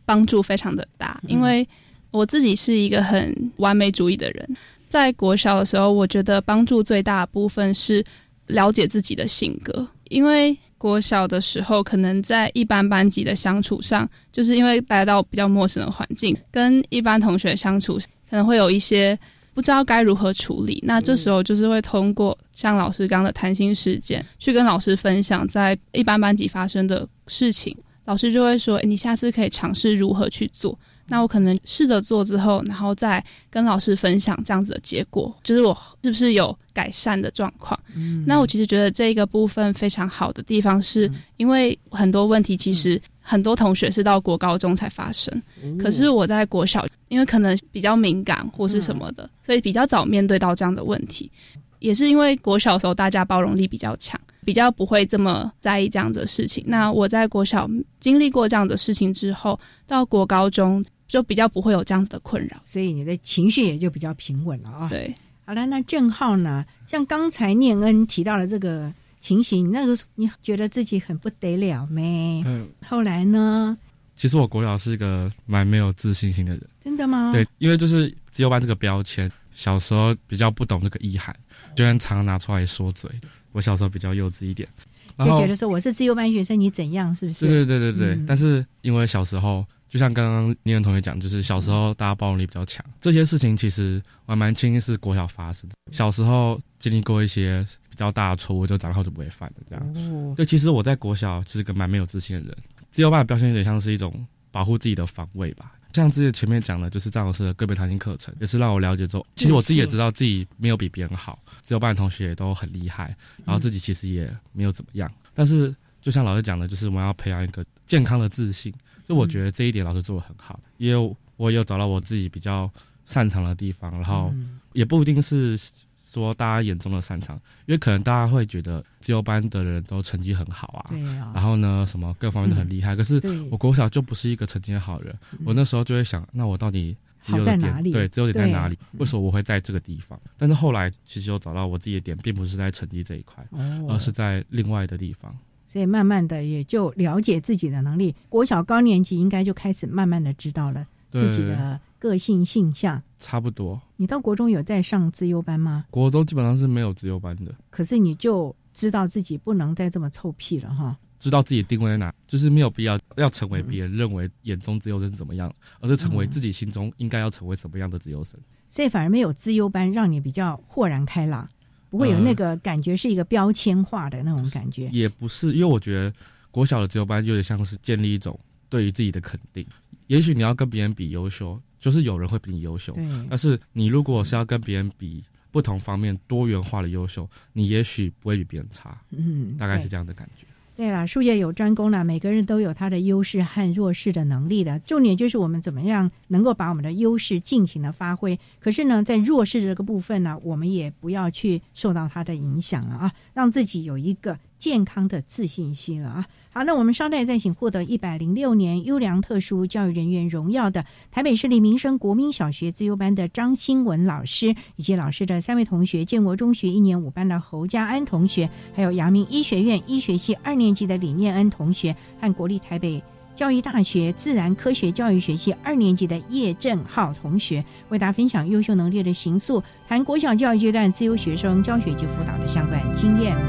帮助非常的大，因为我自己是一个很完美主义的人，在国小的时候，我觉得帮助最大的部分是了解自己的性格，因为国小的时候可能在一般班级的相处上，就是因为来到比较陌生的环境，跟一般同学相处可能会有一些不知道该如何处理，那这时候就是会通过像老师刚刚的谈心事件去跟老师分享在一般班级发生的事情，老师就会说、欸、你下次可以尝试如何去做，那我可能试着做之后，然后再跟老师分享这样子的结果，就是我是不是有改善的状况、嗯、那我其实觉得这个部分非常好的地方是、嗯、因为很多问题其实很多同学是到国高中才发生、嗯、可是我在国小因为可能比较敏感或是什么的、嗯、所以比较早面对到这样的问题，也是因为国小的时候大家包容力比较强，比较不会这么在意这样的事情，那我在国小经历过这样的事情之后，到国高中就比较不会有这样子的困扰， 所以你的情绪也就比较平稳了啊。 对， 好了，那正浩呢？像刚才念恩提到了这个情形，那个你觉得自己很不得了没？嗯。后来呢？ 其实我国小是一个蛮没有自信心的人。 真的吗？ 对，因为就是资优班这个标签，小时候比较不懂这个意涵，就常常拿出来说嘴。我小时候比较幼稚一点， 就觉得说我是资优班学生，你怎样？是不是？ 对对对对对。嗯、但是因为小时候。就像刚刚念恩同学讲，就是小时候大家包容力比较强，这些事情其实我还蛮庆幸是国小发生的。小时候经历过一些比较大的错误，就长大后就不会犯了这样。哦，对，其实我在国小是个蛮没有自信的人，资优班的表现有点像是一种保护自己的防卫吧。像之前前面讲的，就是张老师的个别弹性课程，也是让我了解之后，其实我自己也知道自己没有比别人好，资优班的同学也都很厉害，然后自己其实也没有怎么样。但是就像老师讲的，就是我们要培养一个健康的自信。就我觉得这一点老师做得很好，因为我也有找到我自己比较擅长的地方，然后也不一定是说大家眼中的擅长，因为可能大家会觉得资优班的人都成绩很好啊，对啊，然后呢什么各方面都很厉害、嗯、可是我国小就不是一个成绩好的人、嗯、我那时候就会想，那我到底资优的点，对，资优点在哪里？为什么我会在这个地方？但是后来其实有找到我自己的点，并不是在成绩这一块、哦、而是在另外的地方， 所以慢慢的也就了解自己的能力，国小高年级应该就开始慢慢的知道了自己的个性性向。 差不多。 你到国中有在上资优班吗？ 国中基本上是没有资优班的。 可是你就知道自己不能再这么臭屁了哈， 知道自己定位在哪，就是没有必要要成为别人认为眼中资优生是怎么样，而是成为自己心中应该要成为什么样的资优生、嗯、 所以反而没有资优班让你比较豁然开朗，不会有那个感觉是一个标签化的那种感觉、呃、 也不是，因为我觉得国小的资优班有点像是建立一种对于自己的肯定，也许你要跟别人比优秀，就是有人会比你优秀，但是你如果是要跟别人比不同方面多元化的优秀，你也许不会比别人差，嗯，大概是这样的感觉。 对啦，术业有专攻啦，每个人都有他的优势和弱势的能力的，重点就是我们怎么样能够把我们的优势尽情的发挥，可是呢在弱势这个部分呢，我们也不要去受到它的影响了啊，让自己有一个健康的自信心了啊。好，那我们稍待再请获得一百零六年优良特殊教育人员荣耀的台北市立民生国民小学资优班的张新文老师，以及老师的三位同学，建国中学一年五班的侯家安同学，还有阳明医学院医学系二年级的李念恩同学，和国立台北教育大学自然科学教育学系二年级的叶正浩同学，为大家分享优秀能力的形塑，谈国小教育阶段资优学生教学及辅导的相关经验。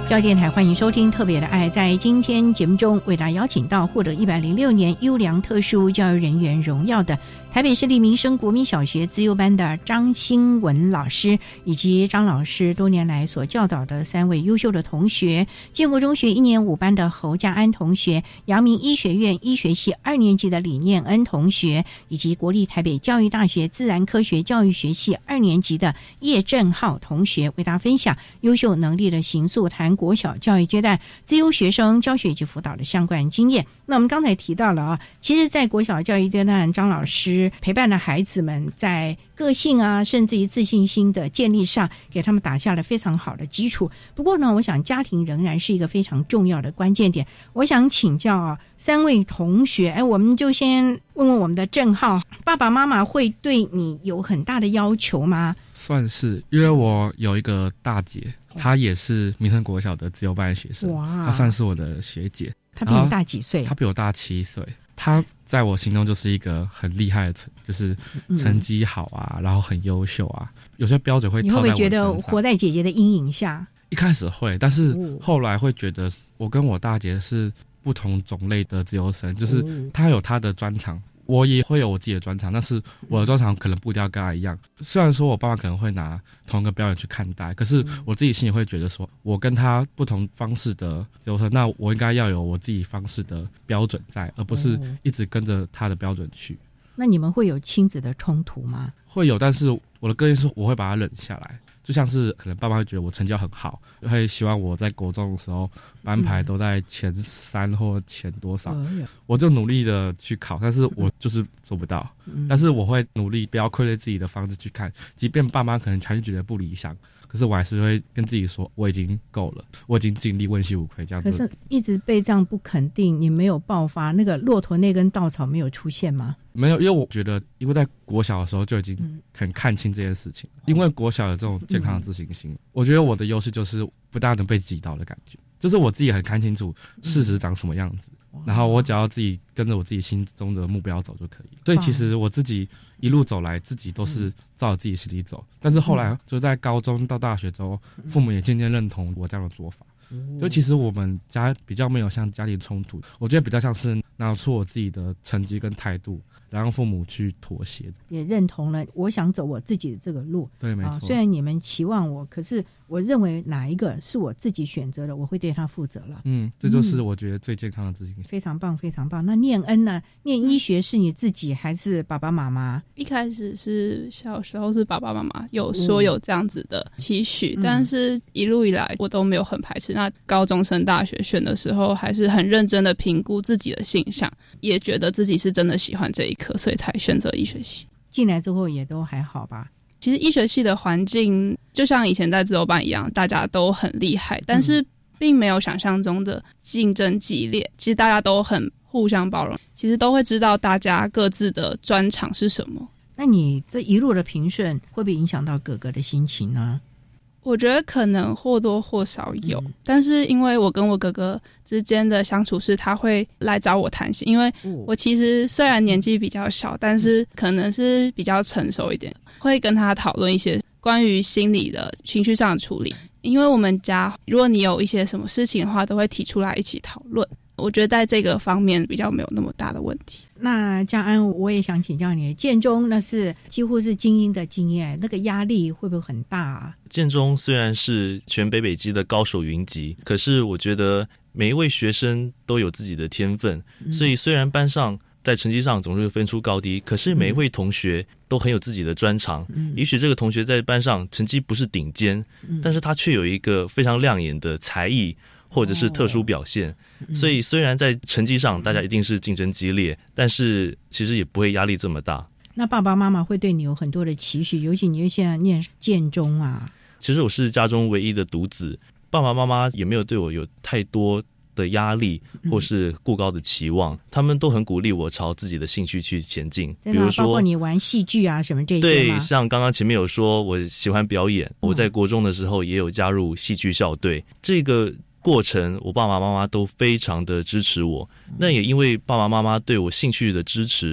教育电台欢迎收听特别的爱，在今天节目中为大家邀请到获得一百零六年优良特殊教育人员荣耀的台北市立民生国民小学资优班的张新文老师，以及张老师多年来所教导的三位优秀的同学，建国中学一年五班的侯家安同学，阳明医学院医学系二年级的李念恩同学，以及国立台北教育大学自然科学教育学系二年级的叶正浩同学，为大家分享优秀能力的形塑，谈国小教育阶段资优学生教学及辅导的相关经验。那我们刚才提到了啊，其实在国小教育阶段，张老师陪伴了孩子们在个性啊，甚至于自信心的建立上，给他们打下了非常好的基础。不过呢，我想家庭仍然是一个非常重要的关键点。我想请教啊，三位同学，哎，我们就先问问我们的正浩，爸爸妈妈会对你有很大的要求吗？ 算是，因为我有一个大姐，她也是民生国小的资优班学生，哇，她算是我的学姐。 她比你大几岁？ 她比我大七岁。她在我心中就是一个很厉害的成，就是成绩好啊，嗯、然后很优秀啊，有些标准会套在我身上。你会不会觉得活在姐姐的阴影下？ 一开始会，但是后来会觉得我跟我大姐是不同种类的资优生，就是她有她的专长。我也会有我自己的专长，但是我的专长可能不一定要跟他一样。虽然说我爸妈可能会拿同一个标准去看待，可是我自己心里会觉得说，我跟他不同方式的资优生，那我应该要有我自己方式的标准在，而不是一直跟着他的标准去。 那你们会有亲子的冲突吗？ 会有，但是我的个性是我会把它忍下来。就像是可能爸妈会觉得我成绩很好，会希望我在国中的时候班排都在前三或前多少，嗯、我就努力的去考，但是我就是做不到。嗯、但是我会努力不要愧对自己的方式去看，即便爸妈可能还是觉得不理想，可是我还是会跟自己说我已经够了，我已经尽力，问心无愧这样子。 可是一直被这样不肯定，你没有爆发，那个骆驼那根稻草没有出现吗？ 没有，因为我觉得，因为在国小的时候就已经很看清这件事情，嗯、因为国小有这种健康的自信心，嗯、我觉得我的优势就是不大能被击倒的感觉，就是我自己很看清楚事实长什么样子，嗯、然后我只要自己跟着我自己心中的目标走就可以。所以其实我自己一路走来，自己都是照着自己心里走，但是后来就在高中到大学之后，父母也渐渐认同我这样的做法。就其实我们家比较没有像家庭冲突，我觉得比较像是拿出我自己的成绩跟态度，让父母去妥协， 也认同了我想走我自己的这个路。 对，没错。 啊、虽然你们期望我，可是我认为哪一个是我自己选择的，我会对他负责了。 嗯，这就是我觉得最健康的自信心。 非常棒，非常棒。那念恩呢？念医学是你自己还是爸爸妈妈？ 一开始是小时候是爸爸妈妈有说有这样子的期许，嗯、但是一路以来我都没有很排斥。那高中升大学选的时候，还是很认真的评估自己的性向，也觉得自己是真的喜欢这一科，所以才选择医学系。 进来之后也都还好吧？ 其实医学系的环境就像以前在自由班一样，大家都很厉害，但是并没有想象中的竞争激烈。其实大家都很互相包容，其实都会知道大家各自的专长是什么。 那你这一路的平顺会不会影响到哥哥的心情呢？ 我觉得可能或多或少有，嗯、但是因为我跟我哥哥之间的相处是他会来找我谈心，因为我其实虽然年纪比较小，但是可能是比较成熟一点，会跟他讨论一些关于心理的情绪上的处理。因为我们家如果你有一些什么事情的话，都会提出来一起讨论。我觉得在这个方面比较没有那么大的问题。 那嘉安，我也想请教你，建中那是几乎是精英的经验，那个压力会不会很大啊？ 建中虽然是全北北基的高手云集，可是我觉得每一位学生都有自己的天分，嗯、所以虽然班上在成绩上总是会分出高低，可是每一位同学都很有自己的专长。嗯、也许这个同学在班上成绩不是顶尖，嗯、但是他却有一个非常亮眼的才艺或者是特殊表现，哦、所以虽然在成绩上大家一定是竞争激烈，但是其实也不会压力这么大。 那爸爸妈妈会对你有很多的期许，尤其你现在念建中啊。 其实我是家中唯一的独子，爸爸妈妈也没有对我有太多的压力或是过高的期望，嗯、他们都很鼓励我朝自己的兴趣去前进。比如说包括你玩戏剧啊什么这些吗？ 对，像刚刚前面有说我喜欢表演，我在国中的时候也有加入戏剧校队，这个过程我爸爸妈妈都非常的支持我。那也因为爸爸妈妈对我兴趣的支持，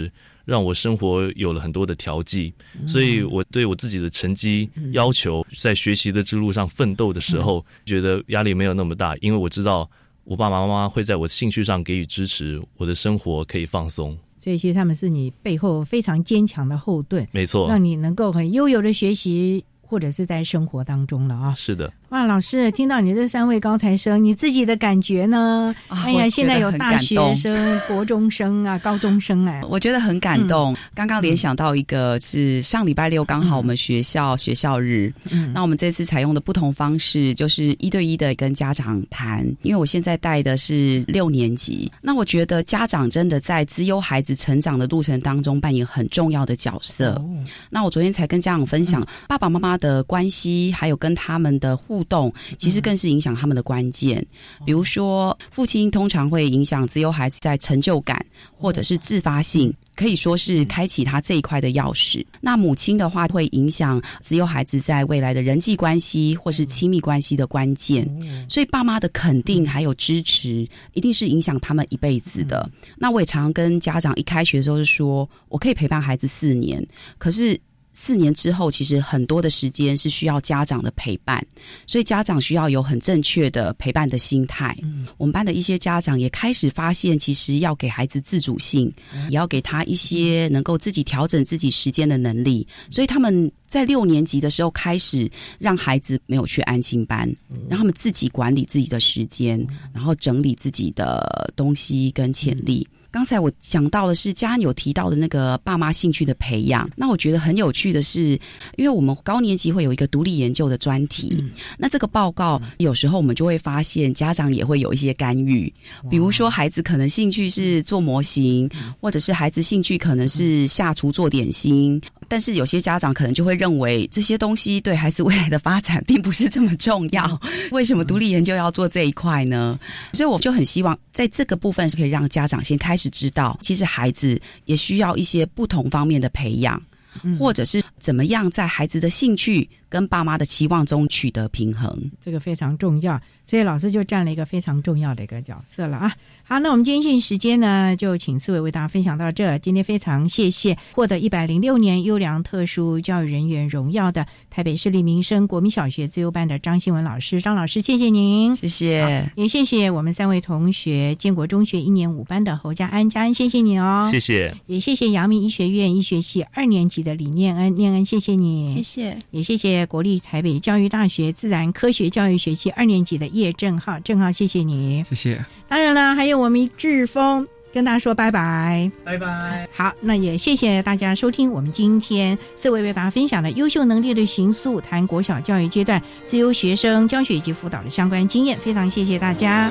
让我生活有了很多的调剂，所以我对我自己的成绩要求，在学习的之路上奋斗的时候，觉得压力没有那么大，因为我知道我爸爸妈妈会在我的兴趣上给予支持，我的生活可以放松。 所以其实他们是你背后非常坚强的后盾，没错，让你能够很悠游的学习，或者是在生活当中了啊。 是的。 哇，老师，听到你这三位高材生，你自己的感觉呢？啊、哎呀，现在有大学生、国中生啊、高中生哎， 我觉得很感动。嗯、刚刚联想到一个是上礼拜六刚好我们学校、嗯、学校日，嗯，那我们这次采用的不同方式就是一对一的跟家长谈，因为我现在带的是六年级，那我觉得家长真的在资优孩子成长的路程当中扮演很重要的角色。哦、那我昨天才跟家长分享、嗯、爸爸妈妈的关系，还有跟他们的互动，其实更是影响他们的关键。比如说，父亲通常会影响资优孩子在成就感或者是自发性，可以说是开启他这一块的钥匙。那母亲的话，会影响资优孩子在未来的人际关系或是亲密关系的关键。所以爸妈的肯定还有支持，一定是影响他们一辈子的。那我也常常跟家长一开学的时候就说，我可以陪伴孩子四年，可是四年之后，其实很多的时间是需要家长的陪伴，所以家长需要有很正确的陪伴的心态。嗯、我们班的一些家长也开始发现，其实要给孩子自主性，嗯、也要给他一些能够自己调整自己时间的能力。所以他们在六年级的时候开始让孩子没有去安亲班，嗯、让他们自己管理自己的时间，嗯、然后整理自己的东西跟潜力。刚才我想到的是嘉安有提到的那个爸妈兴趣的培养，那我觉得很有趣的是，因为我们高年级会有一个独立研究的专题，嗯、那这个报告有时候我们就会发现家长也会有一些干预，比如说孩子可能兴趣是做模型，或者是孩子兴趣可能是下厨做点心，但是有些家长可能就会认为这些东西对孩子未来的发展并不是这么重要，为什么独立研究要做这一块呢？所以我就很希望在这个部分是可以让家长先开始知道，其实孩子也需要一些不同方面的培养，嗯、或者是怎么样在孩子的兴趣跟爸妈的期望中取得平衡， 这个非常重要，所以老师就占了一个非常重要的一个角色了啊。好，那我们今天限时间呢，就请四位为大家分享到这。今天非常谢谢获得一百零六年优良特殊教育人员荣耀的台北市立民生国民小学资优班的张新文老师，张老师，谢谢您， 谢谢， 也谢谢我们三位同学，建国中学一年五班的侯家安，家安，谢谢你哦， 谢谢， 也谢谢阳明医学院医学系二年级的李念恩，念恩，谢谢你， 谢谢， 也谢谢国立台北教育大学自然科学教育学系二年级的叶正浩，正浩，谢谢你， 谢谢。 当然了，还有我们志峰，跟大家说拜拜， 拜拜。 好，那也谢谢大家收听我们今天四位为大家分享的优秀能力的形塑，谈国小教育阶段自由学生教学以及辅导的相关经验，非常谢谢大家。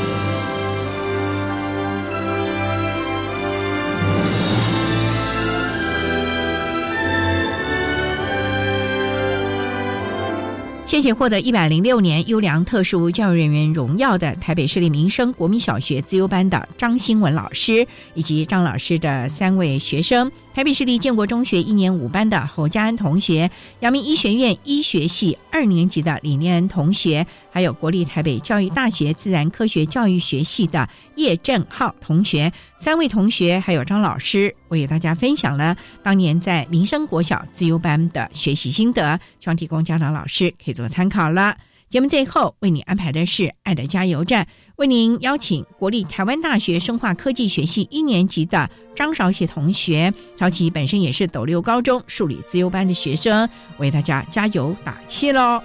谢谢获得一百零六年优良特殊教育人员荣耀的台北市立民生国民小学资优班的张新文老师，以及张老师的三位学生，台北市立建国中学一年五班的侯家安同学，阳明医学院医学系二年级的李念恩同学，还有国立台北教育大学自然科学教育学系的叶正浩同学，三位同学还有张老师为大家分享了当年在民生国小资优班的学习心得，希望提供家长老师可以做参考了。节目最后为你安排的是爱的加油站，为您邀请国立台湾大学生化科技学系一年级的张少喜同学，少喜本身也是斗六高中数理资优班的学生，为大家加油打气咯。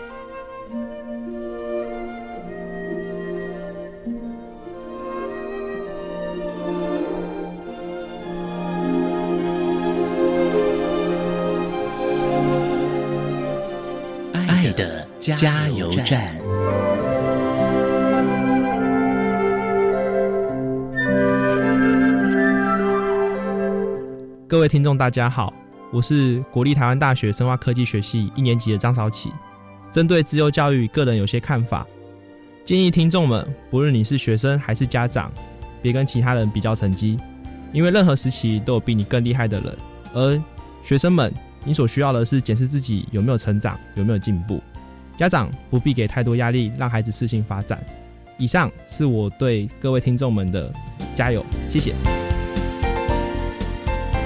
爱的加油站。 各位听众大家好，我是国立台湾大学生化科技学系一年级的张少启。针对资优教育，个人有些看法，建议听众们，不论你是学生还是家长，别跟其他人比较成绩，因为任何时期都有比你更厉害的人。而学生们，你所需要的是检视自己有没有成长，有没有进步。家长不必给太多压力，让孩子适性发展。以上是我对各位听众们的加油，谢谢。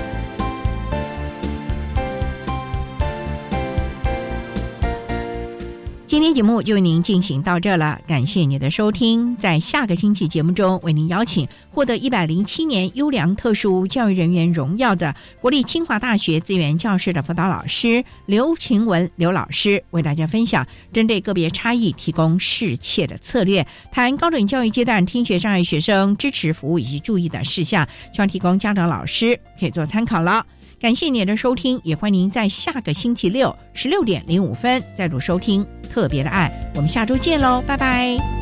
今天节目就为您进行到这了，感谢您的收听。在下个星期节目中，为您邀请获得一百零七年优良特殊教育人员荣耀的国立清华大学资源教室的辅导老师刘晴雯刘老师，为大家分享针对个别差异提供适切的策略，谈高等教育阶段听觉障碍学生支持服务以及注意的事项，希望提供家长老师可以做参考了。感谢您的收听，也欢迎您在下个星期六十六点零五分再度收听特别的爱。我们下周见喽，拜拜。